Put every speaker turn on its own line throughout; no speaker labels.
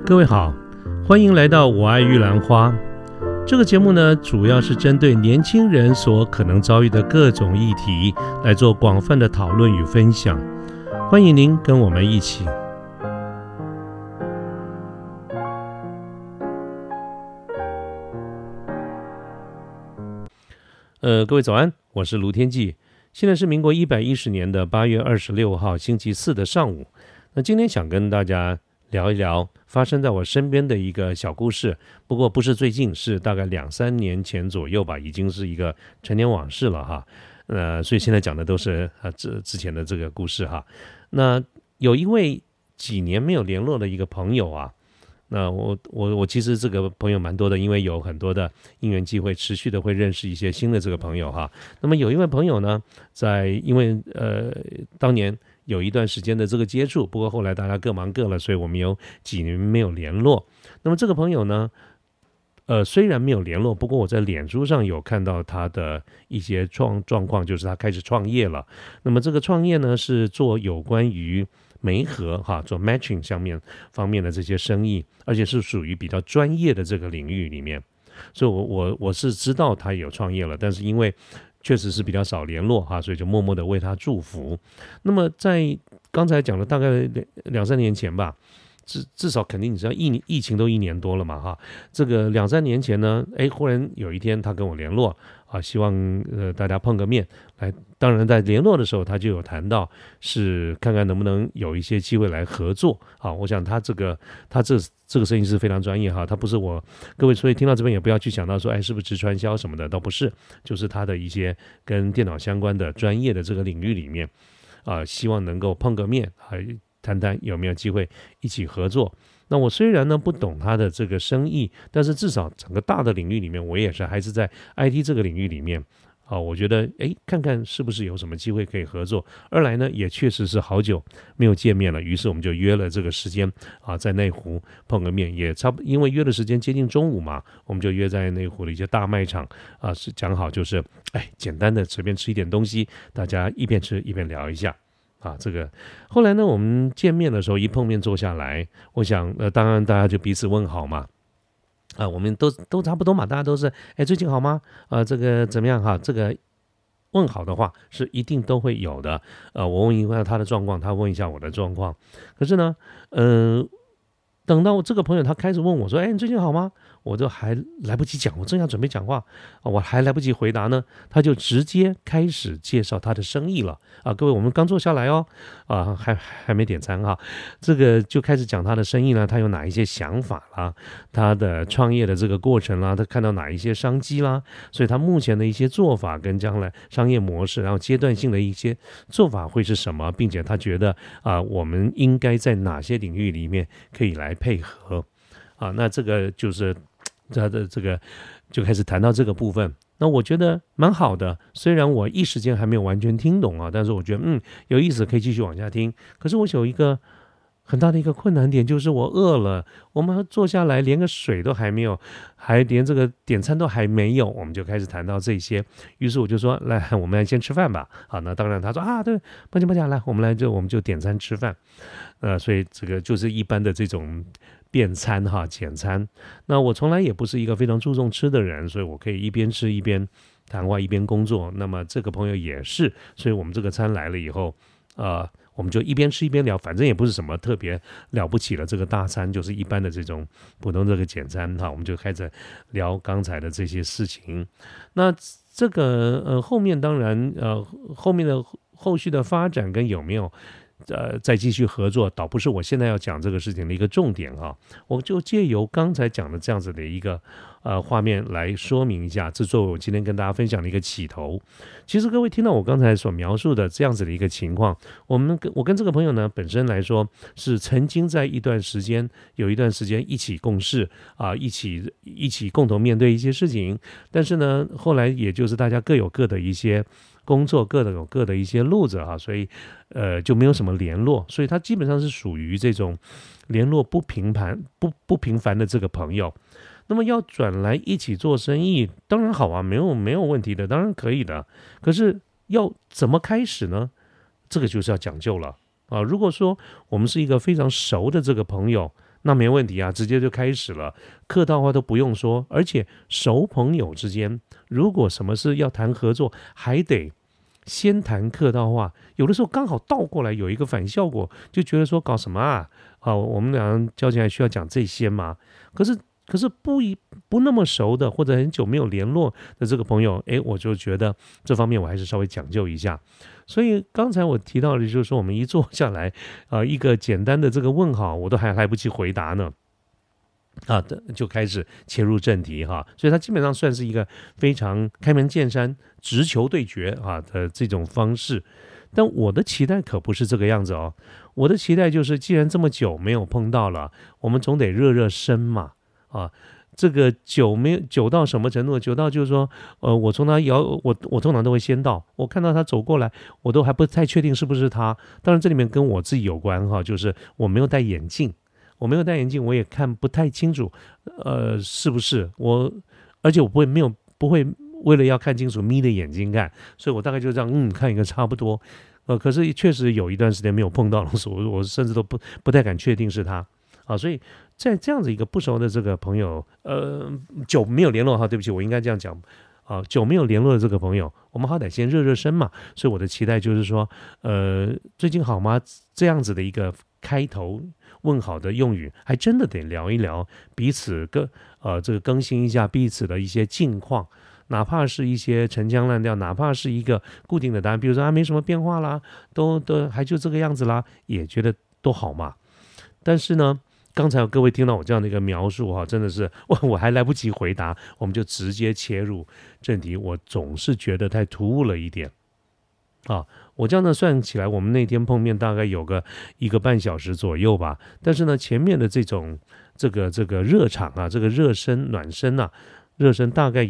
各位好，欢迎来到我爱玉兰花。这个节目呢，主要是针对年轻人所可能遭遇的各种议题来做广泛的讨论与分享。欢迎您跟我们一起。各位早安，我是卢天记。现在是民国110年的8月26号星期四的上午。那今天想跟大家聊一聊发生在我身边的一个小故事，不过不是最近，是大概2-3年前左右吧，已经是一个陈年往事了哈。所以现在讲的都是之前的这个故事哈。那有一位几年没有联络的一个朋友啊，那我其实这个朋友蛮多的，因为有很多的因缘机会，持续的会认识一些新的这个朋友哈。那么有一位朋友呢，因为当年有一段时间的这个接触，不过后来大家各忙各了，所以我们有几年没有联络。那么这个朋友呢，虽然没有联络，不过我在脸书上有看到他的一些状况，就是他开始创业了。那么这个创业呢，是做有关于媒合做 matching 方面的这些生意，而且是属于比较专业的这个领域里面。所以我是知道他有创业了，但是因为确实是比较少联络所以就默默的为他祝福。那么在刚才讲了大概2-3年前吧，至少肯定你知道疫情都1年多了嘛这个2-3年前呢，忽然有一天他跟我联络希望大家碰个面来。当然在联络的时候他就有谈到是看看能不能有一些机会来合作我想他这个生意是非常专业他不是各位，所以听到这边也不要去想到说是不是直传销什么的，倒不是，就是他的一些跟电脑相关的专业的这个领域里面希望能够碰个面谈谈有没有机会一起合作。那我虽然呢不懂他的这个生意，但是至少整个大的领域里面，我也是还是在 IT 这个领域里面我觉得看看是不是有什么机会可以合作。二来呢，也确实是好久没有见面了，于是我们就约了这个时间在内湖碰个面，也差不因为约的时间接近中午嘛，我们就约在内湖的一些大卖场是讲好就是简单的随便吃一点东西，大家一边吃一边聊一下。这个后来呢，我们见面的时候一碰面坐下来，我想当然大家就彼此问好嘛，我们都差不多嘛，大家都是最近好吗？这个怎么样这个问好的话是一定都会有的。我问一下他的状况，他问一下我的状况。可是呢，等到这个朋友他开始问我说你最近好吗？我就还来不及讲，我正要准备讲话我还来不及回答呢，他就直接开始介绍他的生意了各位，我们刚坐下来还没点餐这个就开始讲他的生意呢，他有哪一些想法啦，他的创业的这个过程啦，他看到哪一些商机啦，所以他目前的一些做法跟将来商业模式，然后阶段性的一些做法会是什么，并且他觉得我们应该在哪些领域里面可以来配合那这个就是他的这个就开始谈到这个部分。那我觉得蛮好的，虽然我一时间还没有完全听懂但是我觉得有意思，可以继续往下听。可是我有一个很大的一个困难点，就是我饿了，我们坐下来连个水都还没有，还连这个点餐都还没有，我们就开始谈到这些。于是我就说来，我们来先吃饭吧那当然他说对，抱歉来，我们就点餐吃饭所以这个就是一般的这种便餐简餐。那我从来也不是一个非常注重吃的人，所以我可以一边吃一边谈话一边工作。那么这个朋友也是，所以我们这个餐来了以后我们就一边吃一边聊，反正也不是什么特别了不起的这个大餐，就是一般的这种普通这个简餐我们就开始聊刚才的这些事情。那这个后面当然后面的后续的发展跟有没有再继续合作，倒不是我现在要讲这个事情的一个重点我就借由刚才讲的这样子的一个画面来说明一下，这作为我今天跟大家分享的一个起头。其实各位听到我刚才所描述的这样子的一个情况，我跟这个朋友呢本身来说是曾经在有一段时间一起共事一起共同面对一些事情，但是呢后来也就是大家各有各的一些工作，各有各的一些路子所以就没有什么联络，所以他基本上是属于这种联络不频繁的这个朋友。那么要转来一起做生意，当然好没有问题的，当然可以的。可是要怎么开始呢？这个就是要讲究了如果说我们是一个非常熟的这个朋友， 那没问题啊，直接就开始了，客套话都不用说，而且熟朋友之间，如果什么事要谈合作，还得先谈客套话，有的时候刚好倒过来有一个反效果，就觉得说搞什么啊？我们两人交情还需要讲这些吗？可是不那么熟的，或者很久没有联络的这个朋友，我就觉得这方面我还是稍微讲究一下。所以刚才我提到的就是说，我们一坐下来，一个简单的这个问好，我都还来不及回答呢。就开始切入正题哈，所以它基本上算是一个非常开门见山、直球对决的这种方式。但我的期待可不是这个样子哦，我的期待就是，既然这么久没有碰到了，我们总得热热身嘛这个久到什么程度？久到就是说，我从他我通常都会先到，我看到他走过来，我都还不太确定是不是他。当然这里面跟我自己有关就是我没有戴眼镜。我也看不太清楚，是不是我？而且我不会为了要看清楚眯着眼睛看，所以我大概就这样看一个差不多。可是确实有一段时间没有碰到了，我甚至都不太敢确定是他所以在这样子一个不熟的这个朋友，久没有联络对不起，我应该这样讲。久没有联络的这个朋友，我们好歹先热热身嘛。所以我的期待就是说，最近好吗？这样子的一个开头问好的用语，还真的得聊一聊彼此这个更新一下彼此的一些近况，哪怕是一些陈腔滥调，哪怕是一个固定的答案，比如说没什么变化啦，都还就这个样子啦，也觉得都好嘛。但是呢，刚才各位听到我这样的一个描述真的是我还来不及回答，我们就直接切入正题，我总是觉得太突兀了一点我这样算起来，我们那天碰面大概有个1个半小时左右吧。但是呢，前面的这个热场这个热身暖身热身大概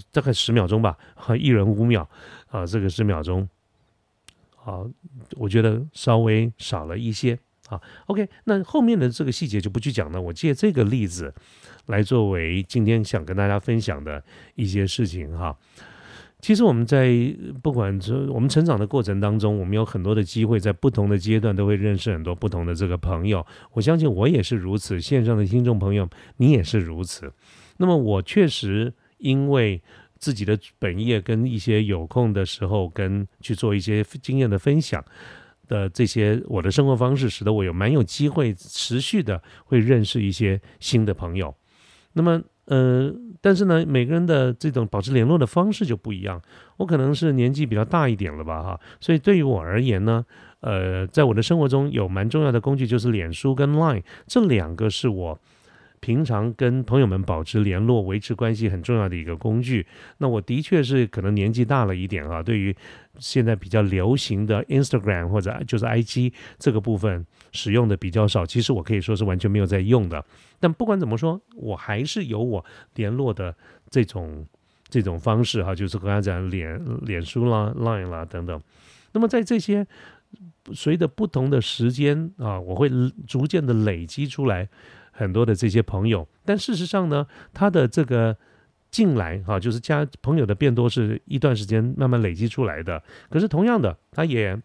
10秒钟吧，1人5秒这个10秒钟我觉得稍微少了一些。OK， 那后面的这个细节就不去讲了。我借这个例子来作为今天想跟大家分享的一些事情其实我们在不管我们成长的过程当中，我们有很多的机会，在不同的阶段都会认识很多不同的这个朋友。我相信我也是如此，线上的听众朋友你也是如此。那么我确实因为自己的本业跟一些有空的时候跟去做一些经验的分享的这些我的生活方式，使得我蛮有机会持续的会认识一些新的朋友。那么但是呢，每个人的这种保持联络的方式就不一样。我可能是年纪比较大一点了吧所以对于我而言呢，在我的生活中有蛮重要的工具，就是脸书跟 Line， 这2个是我平常跟朋友们保持联络、维持关系很重要的一个工具。那我的确是可能年纪大了一点对于现在比较流行的 Instagram 或者就是 IG 这个部分使用的比较少，其实我可以说是完全没有在用的。但不管怎么说，我还是有我联络的这种方式就是刚才讲脸书啦、Line 啦等等。那么在这些随着不同的时间我会逐渐的累积出来很多的这些朋友，但事实上呢，他的这个进来就是朋友的变多是一段时间慢慢累积出来的。可是同样的，他也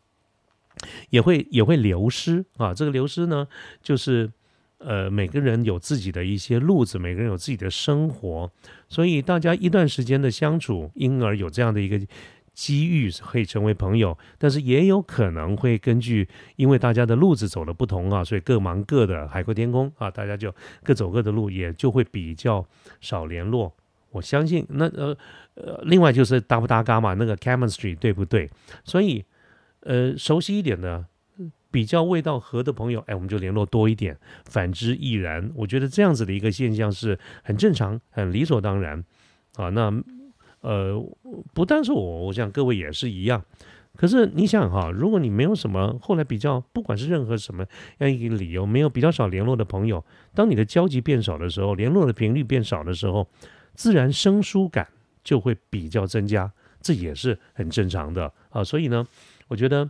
会流失这个流失呢，就是每个人有自己的一些路子，每个人有自己的生活，所以大家一段时间的相处，因而有这样的一个机遇可以成为朋友。但是也有可能会因为大家的路子走的不同所以各忙各的，海阔天空大家就各走各的路，也就会比较少联络。我相信那另外就是搭不搭嘎嘛，那个 chemistry 对不对？所以熟悉一点的比较味道合的朋友我们就联络多一点，反之亦然。我觉得这样子的一个现象是很正常、很理所当然那不但是我想各位也是一样。可是你想如果你没有什么后来比较，不管是任何什么样一个理由，没有比较少联络的朋友，当你的交集变少的时候，联络的频率变少的时候，自然生疏感就会比较增加，这也是很正常的所以呢，我觉得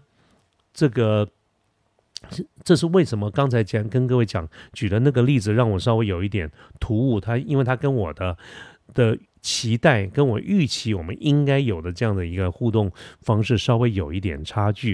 这是为什么刚才跟各位举的那个例子让我稍微有一点突兀，因为它跟我的期待跟我预期我们应该有的这样的一个互动方式稍微有一点差距。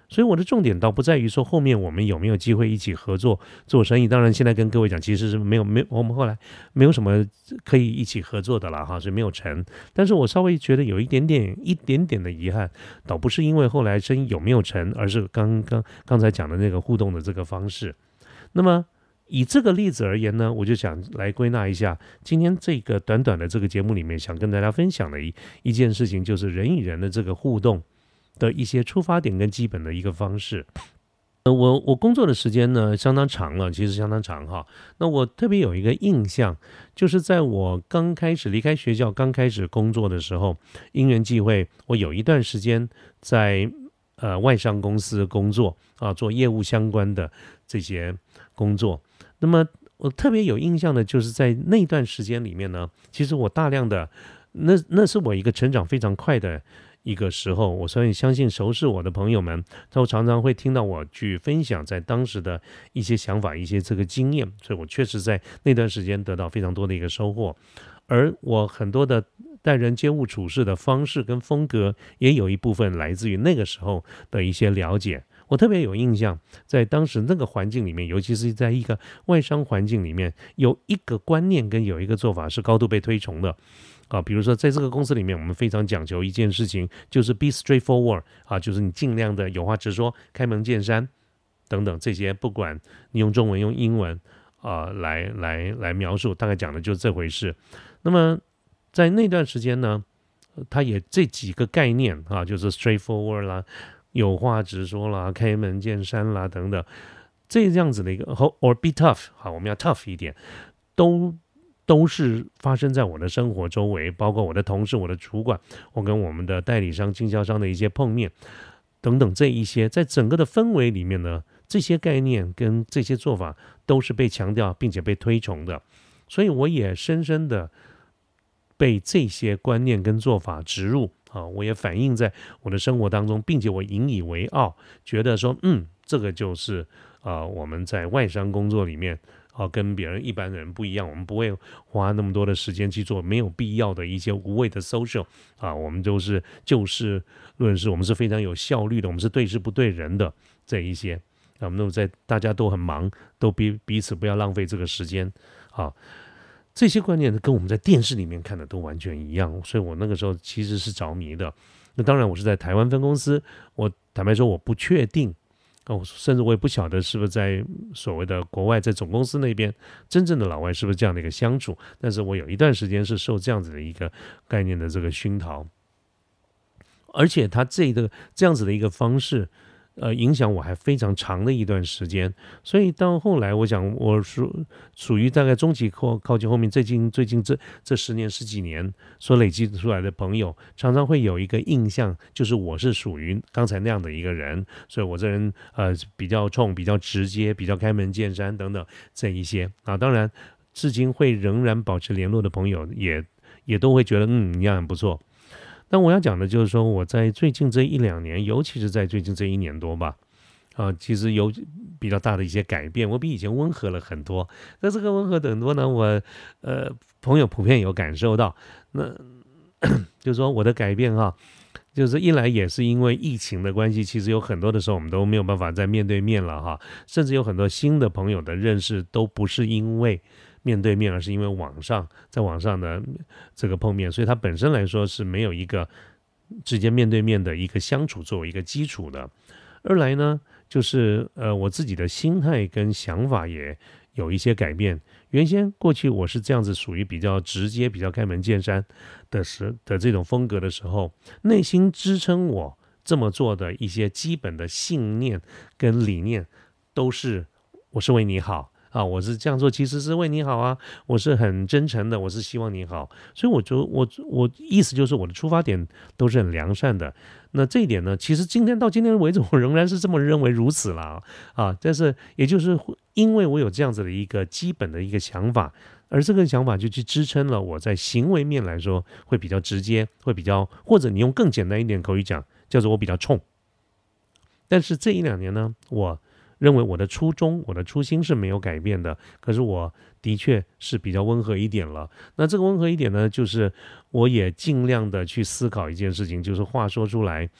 所以我的重点倒不在于说后面我们有没有机会一起合作做生意。当然，现在跟各位讲，其实是没有，我们后来没有什么可以一起合作的了哈，所以没有成。但是我稍微觉得有一点点的遗憾，倒不是因为后来生意有没有成，而是刚才讲的那个互动的这个方式。那么以这个例子而言呢，我就想来归纳一下今天这个短短的这个节目里面想跟大家分享的一件事情，就是人与人的这个互动的一些出发点跟基本的一个方式。我工作的时间呢相当长了，其实相当长哈。那我特别有一个印象，就是在我刚开始离开学校、刚开始工作的时候，因缘际会，我有一段时间在外商公司工作啊，做业务相关的这些工作。那么我特别有印象的就是在那段时间里面呢，其实我大量的那是我一个成长非常快的一个时候，我所以相信熟识我的朋友们都常常会听到我去分享在当时的一些想法、一些这个经验，所以我确实在那段时间得到非常多的一个收获，而我很多的待人接物处事的方式跟风格，也有一部分来自于那个时候的一些了解。我特别有印象，在当时那个环境里面，尤其是在一个外商环境里面，有一个观念跟有一个做法是高度被推崇的啊。比如说，在这个公司里面，我们非常讲求一件事情，就是 be straightforward 啊，就是你尽量的有话直说，开门见山等等这些，不管你用中文用英文来描述，大概讲的就是这回事。那么在那段时间呢，它也这几个概念啊，就是 straightforward 啦。有话直说啦，开门见山啦，等等，这样子的一个 or be tough， 好，我们要 tough 一点，都是发生在我的生活周围，包括我的同事、我的主管，我跟我们的代理商、经销商的一些碰面等等，这一些在整个的氛围里面呢，这些概念跟这些做法都是被强调并且被推崇的，所以我也深深的被这些观念跟做法植入啊，我也反映在我的生活当中，并且我引以为傲，觉得说，这个就是我们在外商工作里面跟别人一般人不一样，我们不会花那么多的时间去做没有必要的一些无谓的 social 啊，我们都是就事论事，我们是非常有效率的，我们是对事不对人的这一些那么在大家都很忙，都彼此不要浪费这个时间啊。这些观念跟我们在电视里面看的都完全一样，所以我那个时候其实是着迷的。那当然我是在台湾分公司，我坦白说我不确定甚至我也不晓得是不是在所谓的国外，在总公司那边真正的老外是不是这样的一个相处，但是我有一段时间是受这样子的一个概念的这个熏陶，而且他这样子的一个方式影响我还非常长的一段时间，所以到后来，我想我属于大概中期靠近后面，最近这10年10几年所累积出来的朋友，常常会有一个印象，就是我是属于刚才那样的一个人，所以我这人比较冲、比较直接、比较开门见山等等这一些啊，当然至今会仍然保持联络的朋友也都会觉得你样很不错。但我要讲的就是说，我在最近这1-2年，尤其是在最近这1年多吧，其实有比较大的一些改变，我比以前温和了很多。那这个温和很多呢，我朋友普遍有感受到。那就是说我的改变就是一来也是因为疫情的关系，其实有很多的时候我们都没有办法再面对面了甚至有很多新的朋友的认识都不是因为面对面，而是因为在网上的这个碰面，所以它本身来说是没有一个直接面对面的一个相处作为一个基础的。二来呢，就是我自己的心态跟想法也有一些改变。原先过去我是这样子属于比较直接、比较开门见山的这种风格的时候，内心支撑我这么做的一些基本的信念跟理念都是我是为你好。我是这样做，其实是为你好啊！我是很真诚的，我是希望你好，所以我意思就是我的出发点都是很良善的。那这一点呢，其实到今天为止，我仍然是这么认为如此啦但是也就是因为我有这样子的一个基本的一个想法，而这个想法就去支撑了我在行为面来说会比较直接，会比较或者你用更简单一点口语讲，叫做我比较冲。但是这1-2年呢，我认为我的初衷、我的初心是没有改变的，可是我的确是比较温和一点了。那这个温和一点呢，就是我也尽量的去思考一件事情，就是话说出来，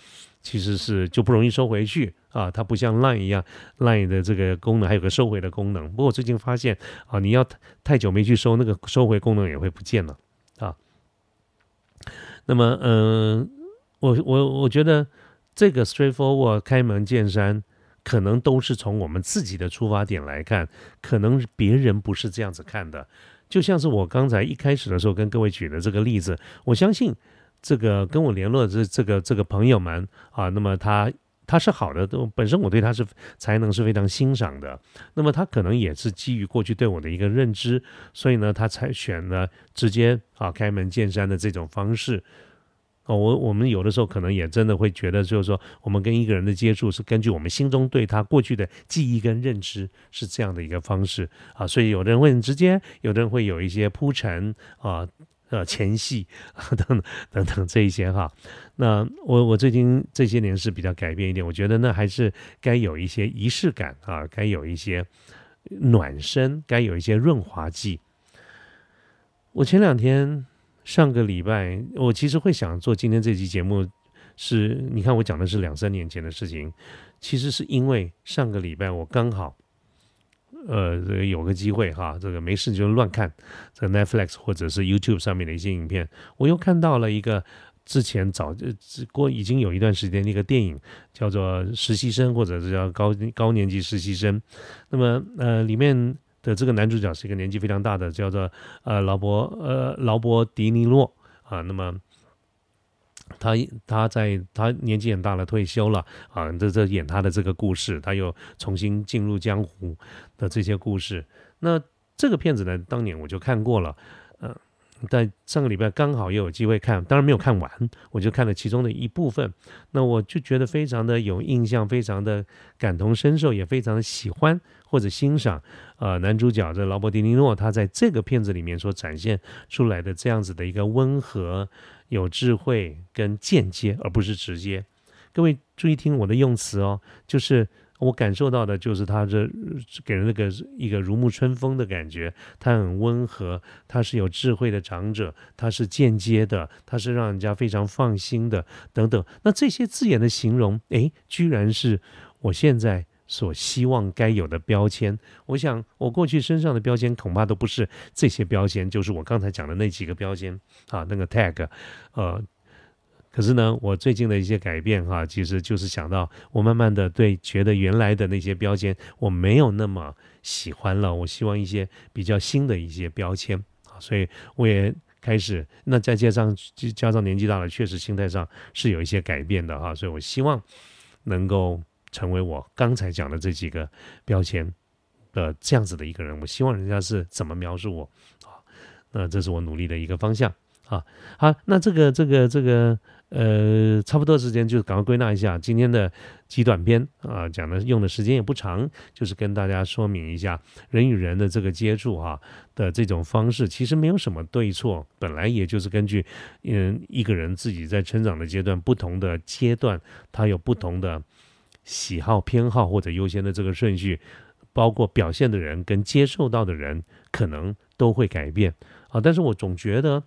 其实是就不容易收回去啊，它不像 Line 一样，Line 的这个功能还有个收回的功能。不过我最近发现啊，你要太久没去收，那个收回功能也会不见了啊。那么我觉得这个 straightforward 开门见山，可能都是从我们自己的出发点来看，可能别人不是这样子看的。就像是我刚才一开始的时候跟各位举的这个例子，我相信这个跟我联络的这个朋友们啊，那么他是好的，本身我对他是才能是非常欣赏的。那么他可能也是基于过去对我的一个认知，所以呢，他才选了直接开门见山的这种方式。我们有的时候可能也真的会觉得，就是说，我们跟一个人的接触是根据我们心中对他过去的记忆跟认知是这样的一个方式啊，所以有的人会很直接，有的人会有一些铺陈啊。前戏等等这一些哈，那我最近这些年是比较改变一点，我觉得呢还是该有一些仪式感啊，该有一些暖身，该有一些润滑剂。我前两天上个礼拜，我其实会想做今天这期节目是，你看我讲的是2-3年前的事情，其实是因为上个礼拜我刚好这个有个机会哈，这个没事就乱看这个 Netflix 或者是 YouTube 上面的一些影片，我又看到了一个之前已经有一段时间的一个电影，叫做实习生，或者是叫高年级实习生。那么里面的这个男主角是一个年纪非常大的，叫做劳勃迪尼洛啊。那么他年纪很大了，退休了啊，这演他的这个故事，他又重新进入江湖的这些故事。那这个片子呢，当年我就看过了，在上个礼拜刚好也有机会看，当然没有看完，我就看了其中的一部分。那我就觉得非常的有印象，非常的感同身受，也非常的喜欢或者欣赏男主角这劳勃迪尼诺他在这个片子里面所展现出来的这样子的一个温和、有智慧跟间接，而不是直接。各位注意听我的用词哦，就是我感受到的就是他这给人一个如沐春风的感觉，他很温和，他是有智慧的长者，他是间接的，他是让人家非常放心的等等。那这些字眼的形容，居然是我现在所希望该有的标签。我想我过去身上的标签恐怕都不是这些标签，就是我刚才讲的那几个标签啊，那个 tag，可是呢，我最近的一些改变其实就是想到我慢慢的觉得原来的那些标签我没有那么喜欢了，我希望一些比较新的一些标签所以我也开始，那再加上年纪大了，确实心态上是有一些改变的所以我希望能够成为我刚才讲的这几个标签的这样子的一个人，我希望人家是怎么描述我那这是我努力的一个方向好，那这个差不多时间就赶快归纳一下今天的极短篇讲的用的时间也不长，就是跟大家说明一下人与人的这个接触的这种方式，其实没有什么对错，本来也就是根据一个人自己在成长的阶段，不同的阶段，他有不同的喜好、偏好或者优先的这个顺序，包括表现的人跟接受到的人可能都会改变但是我总觉得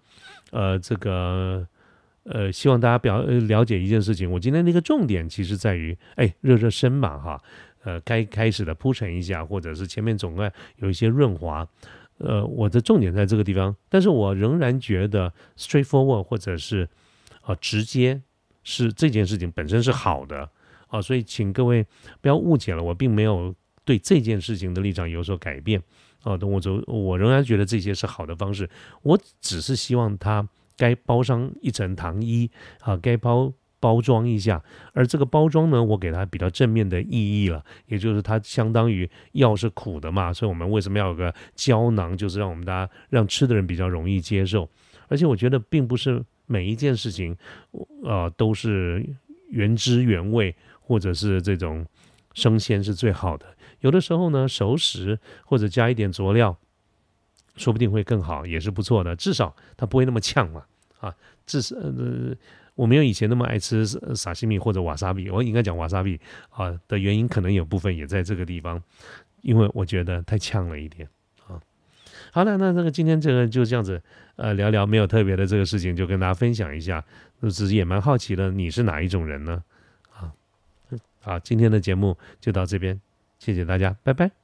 希望大家了解一件事情，我今天的一个重点其实在于热热身嘛该开始的铺陈一下，或者是前面总该有一些润滑我的重点在这个地方，但是我仍然觉得 straightforward 或者是直接是这件事情本身是好的所以请各位不要误解了，我并没有对这件事情的立场有所改变我仍然觉得这些是好的方式，我只是希望它该包上一层糖衣该包装一下，而这个包装呢，我给它比较正面的意义了，也就是它相当于药是苦的嘛，所以我们为什么要有个胶囊，就是让我们大家让吃的人比较容易接受。而且我觉得并不是每一件事情都是原汁原味或者是这种生鲜是最好的，有的时候呢熟食或者加一点佐料说不定会更好，也是不错的，至少它不会那么呛嘛至少我没有以前那么爱吃沙西米或者瓦萨比，我应该讲瓦萨比的原因可能有部分也在这个地方，因为我觉得太呛了一点好了，那今天这个就这样子聊聊没有特别的这个事情，就跟大家分享一下，只是也蛮好奇的，你是哪一种人呢好，今天的节目就到这边，谢谢大家，拜拜。